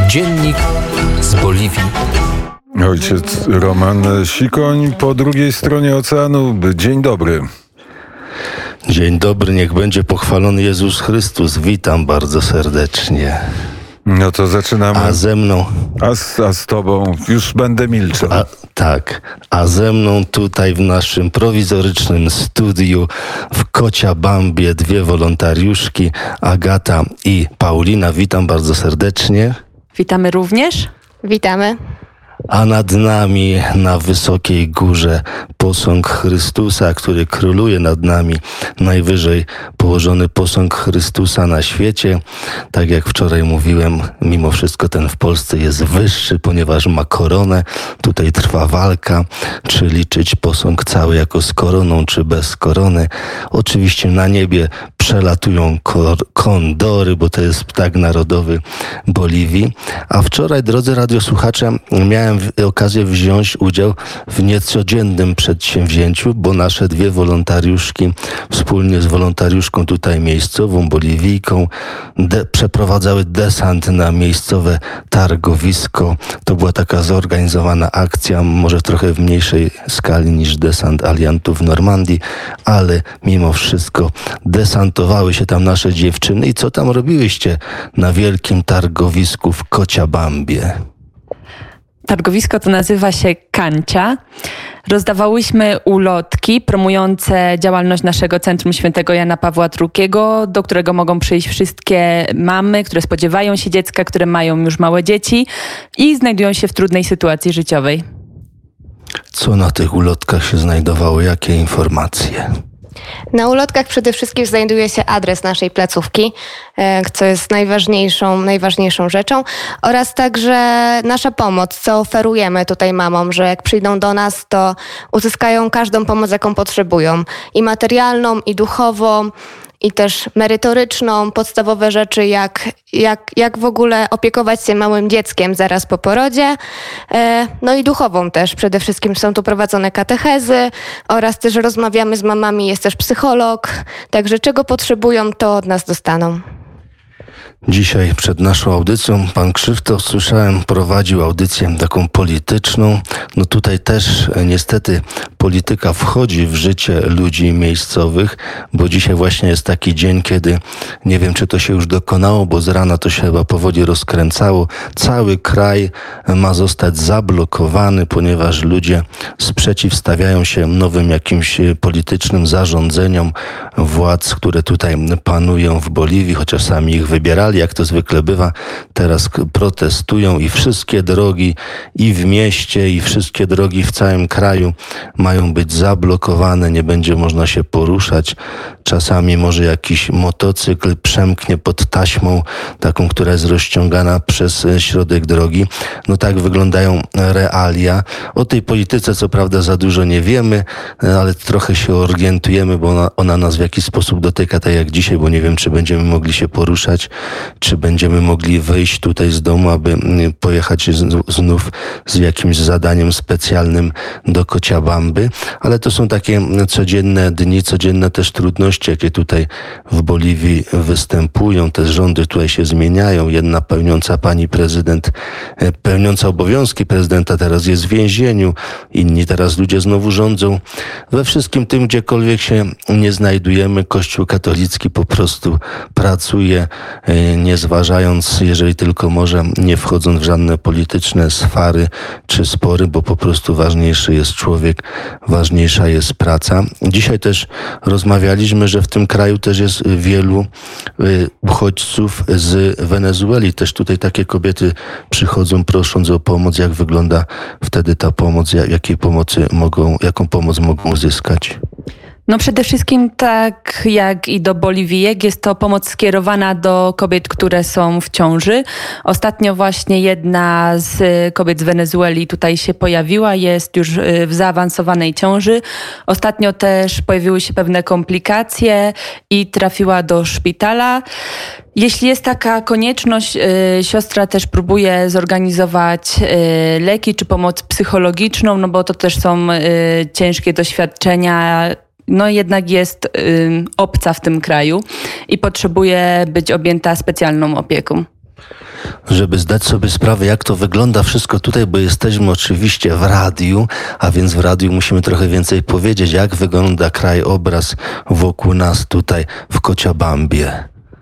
Dziennik z Boliwii. Ojciec Roman Sikoń po drugiej stronie oceanu. Dzień dobry. Dzień dobry, niech będzie pochwalony Jezus Chrystus. Witam bardzo serdecznie. No to zaczynamy. A ze mną... A z tobą już będę milczał. A ze mną tutaj w naszym prowizorycznym studiu w Kociabambie dwie wolontariuszki, Agata i Paulina. Witam bardzo serdecznie. Witamy również. Witamy. A nad nami na wysokiej górze posąg Chrystusa, który króluje nad nami, najwyżej położony posąg Chrystusa na świecie. Tak jak wczoraj mówiłem, mimo wszystko ten w Polsce jest wyższy, ponieważ ma koronę. Tutaj trwa walka, czy liczyć posąg cały jako z koroną, czy bez korony. Oczywiście na niebie przelatują kondory, bo to jest ptak narodowy Boliwii. A wczoraj, drodzy radiosłuchacze, miałem okazję wziąć udział w niecodziennym przedsięwzięciu, bo nasze dwie wolontariuszki wspólnie z wolontariuszką tutaj miejscową, Boliwijką, przeprowadzały desant na miejscowe targowisko. To była taka zorganizowana akcja, może trochę w mniejszej skali niż desant aliantów w Normandii, ale mimo wszystko desantowały się tam nasze dziewczyny. I co tam robiłyście na wielkim targowisku w Kociabambie? Targowisko to nazywa się Kancia. Rozdawałyśmy ulotki promujące działalność naszego Centrum Świętego Jana Pawła II, do którego mogą przyjść wszystkie mamy, które spodziewają się dziecka, które mają już małe dzieci i znajdują się w trudnej sytuacji życiowej. Co na tych ulotkach się znajdowało? Jakie informacje? Na ulotkach przede wszystkim znajduje się adres naszej placówki, co jest najważniejszą rzeczą, oraz także nasza pomoc, co oferujemy tutaj mamom, że jak przyjdą do nas, to uzyskają każdą pomoc, jaką potrzebują, i materialną, i duchową, i też merytoryczną, podstawowe rzeczy, jak w ogóle opiekować się małym dzieckiem zaraz po porodzie, no i duchową też. Przede wszystkim są tu prowadzone katechezy oraz też rozmawiamy z mamami, jest też psycholog, także czego potrzebują, to od nas dostaną. Dzisiaj przed naszą audycją pan Krzysztof, słyszałem, prowadził audycję taką polityczną. No tutaj też niestety polityka wchodzi w życie ludzi miejscowych, bo dzisiaj właśnie jest taki dzień, kiedy nie wiem, czy to się już dokonało, bo z rana to się chyba powoli rozkręcało. Cały kraj ma zostać zablokowany, ponieważ ludzie sprzeciwstawiają się nowym jakimś politycznym zarządzeniom władz, które tutaj panują w Boliwii, chociaż sami ich wybierali, jak to zwykle bywa. Teraz protestują i wszystkie drogi i w mieście, i wszystkie drogi w całym kraju mają być zablokowane, nie będzie można się poruszać. Czasami może jakiś motocykl przemknie pod taśmą, taką, która jest rozciągana przez środek drogi. No tak wyglądają realia. O tej polityce co prawda za dużo nie wiemy, ale trochę się orientujemy, bo ona nas w jakiś sposób dotyka, tak jak dzisiaj, bo nie wiem, czy będziemy mogli się poruszać, czy będziemy mogli wyjść tutaj z domu, aby pojechać znów z jakimś zadaniem specjalnym do Kociabamby. Ale to są takie codzienne dni, codzienne też trudności, jakie tutaj w Boliwii występują. Te rządy tutaj się zmieniają. Jedna pani prezydent, pełniąca obowiązki prezydenta teraz jest w więzieniu. Inni teraz ludzie znowu rządzą. We wszystkim tym, gdziekolwiek się nie znajdujemy, Kościół katolicki po prostu pracuje, nie zważając, jeżeli tylko może, nie wchodząc w żadne polityczne sfary czy spory, bo po prostu ważniejszy jest człowiek, ważniejsza jest praca. Dzisiaj też rozmawialiśmy, że w tym kraju też jest wielu uchodźców z Wenezueli. Też tutaj takie kobiety przychodzą prosząc o pomoc. Jak wygląda wtedy ta pomoc? Jaką pomoc mogą uzyskać? No przede wszystkim tak jak i do Boliwijek, jest to pomoc skierowana do kobiet, które są w ciąży. Ostatnio właśnie jedna z kobiet z Wenezueli tutaj się pojawiła, jest już w zaawansowanej ciąży. Ostatnio też pojawiły się pewne komplikacje i trafiła do szpitala. Jeśli jest taka konieczność, siostra też próbuje zorganizować leki czy pomoc psychologiczną, no bo to też są ciężkie doświadczenia. No jednak jest obca w tym kraju i potrzebuje być objęta specjalną opieką. Żeby zdać sobie sprawę, jak to wygląda wszystko tutaj, bo jesteśmy oczywiście w radiu, a więc w radiu musimy trochę więcej powiedzieć, jak wygląda krajobraz wokół nas tutaj w Cochabambie.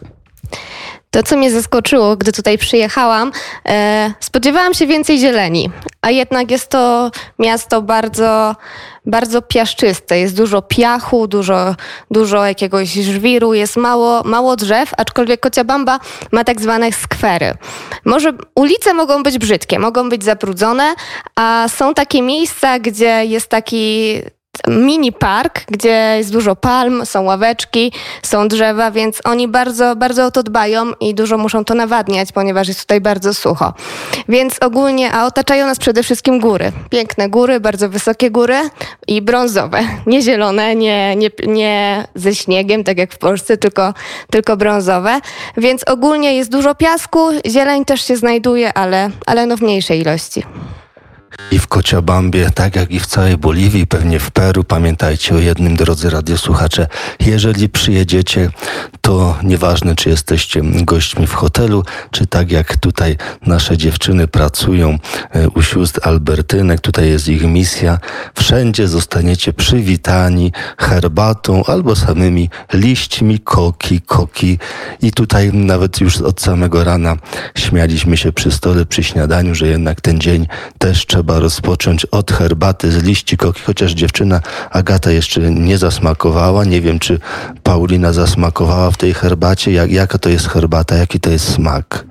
To, co mnie zaskoczyło, gdy tutaj przyjechałam, spodziewałam się więcej zieleni, a jednak jest to miasto bardzo, bardzo piaszczyste. Jest dużo piachu, dużo jakiegoś żwiru, jest mało drzew, aczkolwiek Cochabamba ma tak zwane skwery. Może ulice mogą być brzydkie, mogą być zabrudzone, a są takie miejsca, gdzie jest taki mini park, gdzie jest dużo palm, są ławeczki, są drzewa, więc oni bardzo, bardzo o to dbają i dużo muszą to nawadniać, ponieważ jest tutaj bardzo sucho. Więc ogólnie, a otaczają nas przede wszystkim góry. Piękne góry, bardzo wysokie góry i brązowe. Nie zielone, nie ze śniegiem, tak jak w Polsce, tylko brązowe. Więc ogólnie jest dużo piasku, zieleń też się znajduje, ale no w mniejszej ilości. I w Cochabambie, tak jak i w całej Boliwii, pewnie w Peru, pamiętajcie o jednym, drodzy radiosłuchacze, jeżeli przyjedziecie, to nieważne, czy jesteście gośćmi w hotelu, czy tak jak tutaj nasze dziewczyny pracują u sióstr Albertynek, tutaj jest ich misja, wszędzie zostaniecie przywitani herbatą albo samymi liśćmi koki. I tutaj nawet już od samego rana śmialiśmy się przy stole, przy śniadaniu, że jednak ten dzień też trzeba rozpocząć od herbaty z liści koki, chociaż dziewczyna Agata jeszcze nie zasmakowała. Nie wiem, czy Paulina zasmakowała w tej herbacie. Jaka to jest herbata? Jaki to jest smak?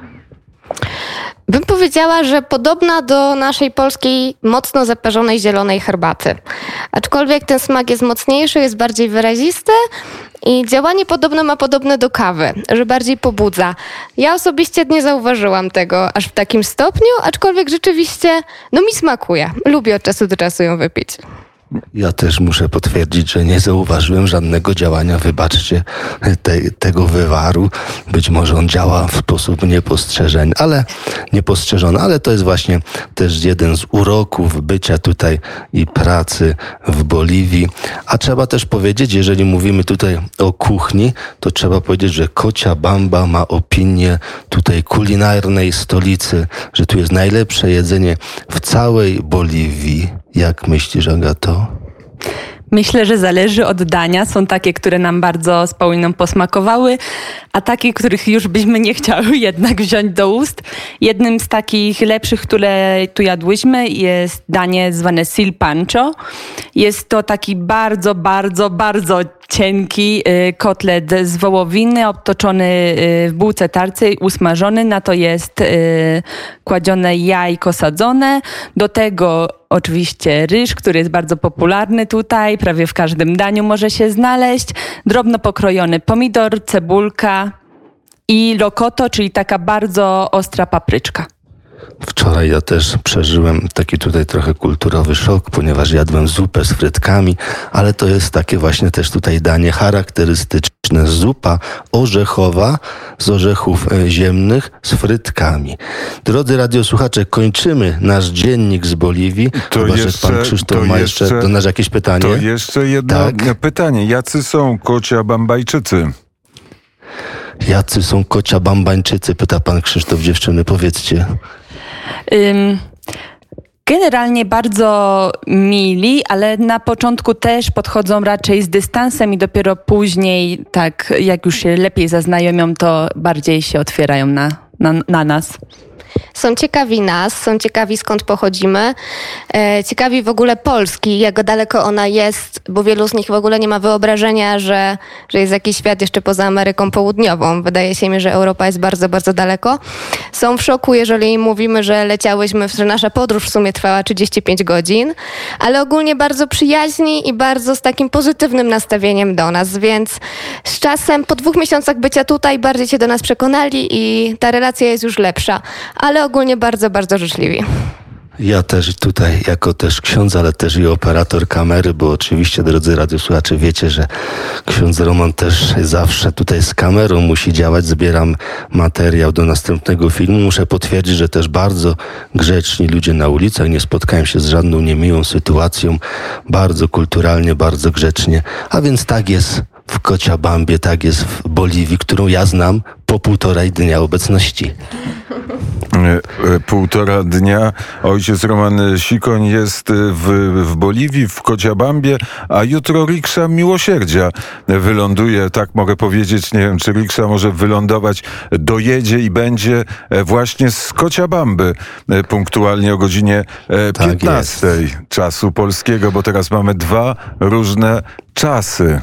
Bym powiedziała, że podobna do naszej polskiej mocno zaparzonej zielonej herbaty. Aczkolwiek ten smak jest mocniejszy, jest bardziej wyrazisty i działanie podobno ma podobne do kawy, że bardziej pobudza. Ja osobiście nie zauważyłam tego aż w takim stopniu, aczkolwiek rzeczywiście mi smakuje. Lubię od czasu do czasu ją wypić. Ja też muszę potwierdzić, że nie zauważyłem żadnego działania, wybaczcie, tego wywaru. Być może on działa w sposób niepostrzeżony, ale to jest właśnie też jeden z uroków bycia tutaj i pracy w Boliwii. A trzeba też powiedzieć, jeżeli mówimy tutaj o kuchni, to trzeba powiedzieć, że Cochabamba ma opinię tutaj kulinarnej stolicy, że tu jest najlepsze jedzenie w całej Boliwii. Jak myślisz, Agato? Myślę, że zależy od dania. Są takie, które nam bardzo z Pauliną posmakowały, a takie, których już byśmy nie chciały jednak wziąć do ust. Jednym z takich lepszych, które tu jadłyśmy, jest danie zwane silpancho. Jest to taki bardzo, bardzo, bardzo cienki kotlet z wołowiny, obtoczony w bułce tarcej, usmażony. Na to jest kładzione jajko sadzone. Do tego oczywiście ryż, który jest bardzo popularny tutaj. Prawie w każdym daniu może się znaleźć. Drobno pokrojony pomidor, cebulka i lokoto, czyli taka bardzo ostra papryczka. Wczoraj ja też przeżyłem taki tutaj trochę kulturowy szok, ponieważ jadłem zupę z frytkami, ale to jest takie właśnie też tutaj danie charakterystyczne. Zupa orzechowa z orzechów ziemnych z frytkami. Drodzy radiosłuchacze, kończymy nasz dziennik z Boliwii. Chyba, że pan Krzysztof ma jeszcze do nas jakieś pytanie. To jeszcze jedno pytanie. Jacy są Cochabambajczycy? Jacy są Cochabambańczycy? Pyta pan Krzysztof, dziewczyny, powiedzcie. Generalnie bardzo mili, ale na początku też podchodzą raczej z dystansem i dopiero później, tak jak już się lepiej zaznajomią, to bardziej się otwierają na nas. Są ciekawi nas, są ciekawi skąd pochodzimy, ciekawi w ogóle Polski, jak daleko ona jest, bo wielu z nich w ogóle nie ma wyobrażenia, że jest jakiś świat jeszcze poza Ameryką Południową. Wydaje się mi, że Europa jest bardzo, bardzo daleko. Są w szoku, jeżeli im mówimy, że leciałyśmy, że nasza podróż w sumie trwała 35 godzin, ale ogólnie bardzo przyjaźni i bardzo z takim pozytywnym nastawieniem do nas, więc z czasem, po 2 miesiącach bycia tutaj, bardziej się do nas przekonali i ta relacja jest już lepsza. Ale ogólnie bardzo, bardzo życzliwi. Ja też tutaj, jako też ksiądz, ale też i operator kamery, bo oczywiście, drodzy radiosłuchacze, wiecie, że ksiądz Roman też zawsze tutaj z kamerą musi działać. Zbieram materiał do następnego filmu. Muszę potwierdzić, że też bardzo grzeczni ludzie na ulicach. Nie spotkałem się z żadną niemiłą sytuacją. Bardzo kulturalnie, bardzo grzecznie. A więc tak jest w Cochabambie, tak jest w Boliwii, którą ja znam po 1,5 dnia obecności. 1,5 dnia. Ojciec Roman Sikoń jest w Boliwii, w Cochabambie, a jutro riksza Miłosierdzia wyląduje, tak mogę powiedzieć. Nie wiem, czy riksza może wylądować, dojedzie i będzie właśnie z Cochabamby punktualnie o godzinie 15 czasu polskiego, bo teraz mamy 2 różne czasy.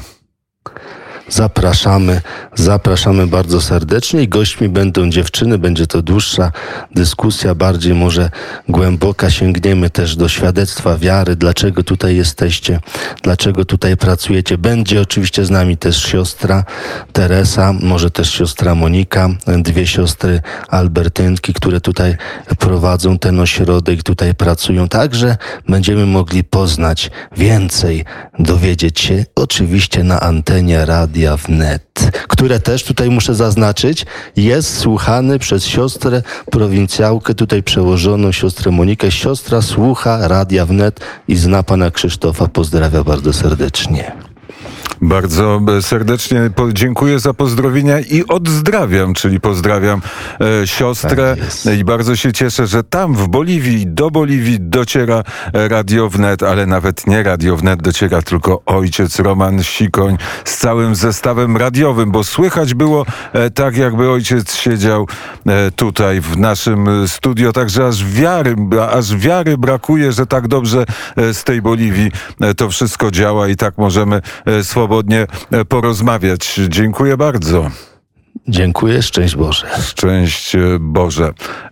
Zapraszamy bardzo serdecznie i gośćmi będą dziewczyny, będzie to dłuższa dyskusja, bardziej może głęboka, sięgniemy też do świadectwa wiary, dlaczego tutaj jesteście, dlaczego tutaj pracujecie. Będzie oczywiście z nami też siostra Teresa, może też siostra Monika, 2 siostry Albertynki, które tutaj prowadzą ten ośrodek, tutaj pracują. Także będziemy mogli poznać więcej, dowiedzieć się oczywiście na antenie Radia Wnet, które też tutaj muszę zaznaczyć, jest słuchany przez siostrę prowincjałkę, tutaj przełożoną siostrę Monikę. Siostra słucha Radia Wnet i zna pana Krzysztofa. Pozdrawia bardzo serdecznie. Bardzo serdecznie dziękuję za pozdrowienia i odzdrawiam, czyli pozdrawiam siostrę i bardzo się cieszę, że tam w Boliwii, do Boliwii dociera Radio Wnet, ale nawet nie Radio Wnet dociera, tylko ojciec Roman Sikoń z całym zestawem radiowym, bo słychać było tak, jakby ojciec siedział tutaj w naszym studio, także aż wiary brakuje, że tak dobrze z tej Boliwii to wszystko działa i tak możemy swobodnie porozmawiać. Dziękuję bardzo. Dziękuję, szczęść Boże. Szczęść Boże.